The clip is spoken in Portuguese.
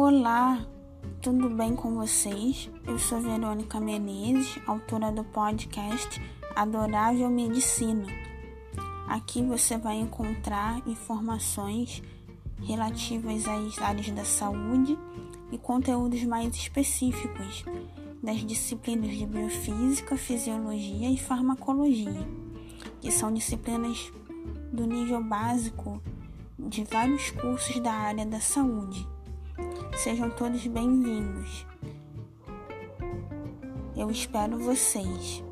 Olá, tudo bem com vocês? Eu sou Verônica Menezes, autora do podcast Adorável Medicina. Aqui você vai encontrar informações relativas às áreas da saúde e conteúdos mais específicos das disciplinas de biofísica, fisiologia e farmacologia, que são disciplinas do nível básico de vários cursos da área da saúde. Sejam todos bem-vindos. Eu espero vocês.